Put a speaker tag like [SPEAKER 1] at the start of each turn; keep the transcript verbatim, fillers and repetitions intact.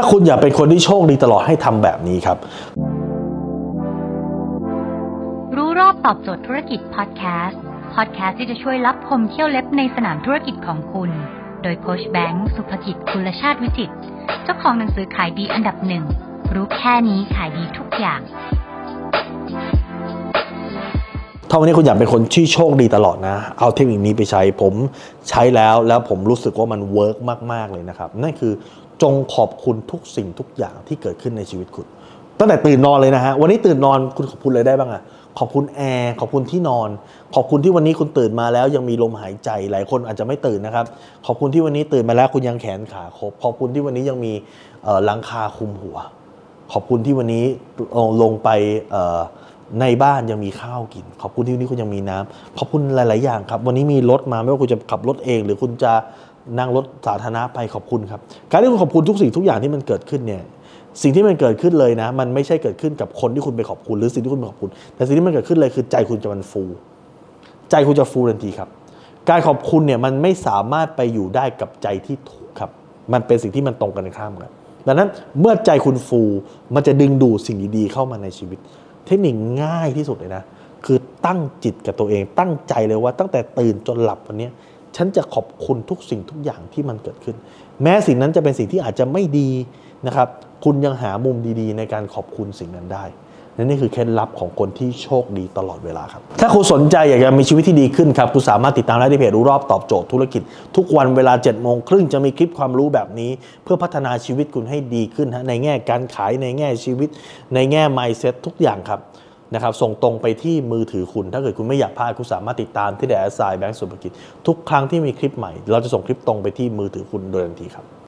[SPEAKER 1] าคุณอยากเป็นคนที่โชคดีตลอดให้ทำแบบนี้ครับ
[SPEAKER 2] รู้รอบตอบโจทย์ธุรกิจพอดแคสต์พอดแคสต์ที่จะช่วยลับพมเที่ยวเล็บในสนามธุรกิจของคุณโดยโค้ชแบงค์สุภกิจกุลชาติวิจิตรเจ้าของหนังสือขายดีอันดับหนึ่งรู้แค่นี้ขายดีทุกอย่าง
[SPEAKER 1] ถ้าวันนี้คุณอยากเป็นคนที่โชคดีตลอดนะเอาเทคนิคนี้ไปใช้ผมใช้แล้วแล้วผมรู้สึกว่ามันเวิร์กมากๆเลยนะครับนั่นคือจงขอบคุณทุกสิ่งทุกอย่างที่เกิดขึ้นในชีวิตคุณตั้งแต่ตื่นนอนเลยนะฮะวันนี้ตื่นนอนคุณขอบคุณอะไรได้บ้างอะขอบคุณแอร์ขอบคุณที่นอนขอบคุณที่วันนี้คุณตื่นมาแล้วยังมีลมหายใจหลายคนอาจจะไม่ตื่นนะครับขอบคุณที่วันนี้ตื่นมาแล้วคุณยังแขนขาครบขอบคุณที่วันนี้ยังมีหลังคาคลุมหัวขอบคุณที่วันนี้ลงไปในบ้านยังมีข้าวกินขอบคุณที่วันนี้คุณยังมีน้ำขอบคุณหลายๆอย่างครับวันนี้มีรถมาไม่ว่าคุณจะขับรถเองหรือคุณจะนั่งรถสาธารณะไปขอบคุณครับการที่คุณขอบคุณทุกสิ่งทุกอย่างที่มันเกิดขึ้นเนี่ยสิ่งที่มันเกิดขึ้นเลยนะมันไม่ใช่เกิดขึ้นกับคนที่คุณไปขอบคุณหรือสิ่งที่คุณไปขอบคุณแต่สิ่งที่มันเกิดขึ้นเลยคือใจคุณจะมันฟูใจคุณจะฟูทันทีครับการขอบคุณเนี่ยมันไม่สามารถไปอยู่ได้กับใจที่ถูกครับมันเป็นสิ่งที่มันตรงกันข้ามกันดังนั้นเมื่อใจคุณฟูมันจะดึงดูดสิ่งดีๆเข้ามาในชีวิตเทคนิคง่ายที่สุดเลยนะคือตั้งจิตกับตัวเองตั้งใจเลยว่าตั้งแต่ตื่นจนหลับวันนี้ฉันจะขอบคุณทุกสิ่งทุกอย่างที่มันเกิดขึ้นแม้สิ่งนั้นจะเป็นสิ่งที่อาจจะไม่ดีนะครับคุณยังหามุมดีๆในการขอบคุณสิ่งนั้นได้นั่นนี่คือเคล็ดลับของคนที่โชคดีตลอดเวลาครับถ้าคุณสนใจอยากจะมีชีวิตที่ดีขึ้นครับคุณสามารถติดตามได้ที่เพจรู้รอบตอบโจทย์ธุรกิจทุกวันเวลา เจ็ดโมงครึ่งจะมีคลิปความรู้แบบนี้เพื่อพัฒนาชีวิตคุณให้ดีขึ้นในแง่การขายในแง่ชีวิตในแง่ mindset ทุกอย่างครับนะครับส่งตรงไปที่มือถือคุณถ้าเกิดคุณไม่อยากพลาดคุณสามารถติดตามที่แอดไซน์แบงก์สุภกิจทุกครั้งที่มีคลิปใหม่เราจะส่งคลิปตรงไปที่มือถือคุณโดยทันทีครับ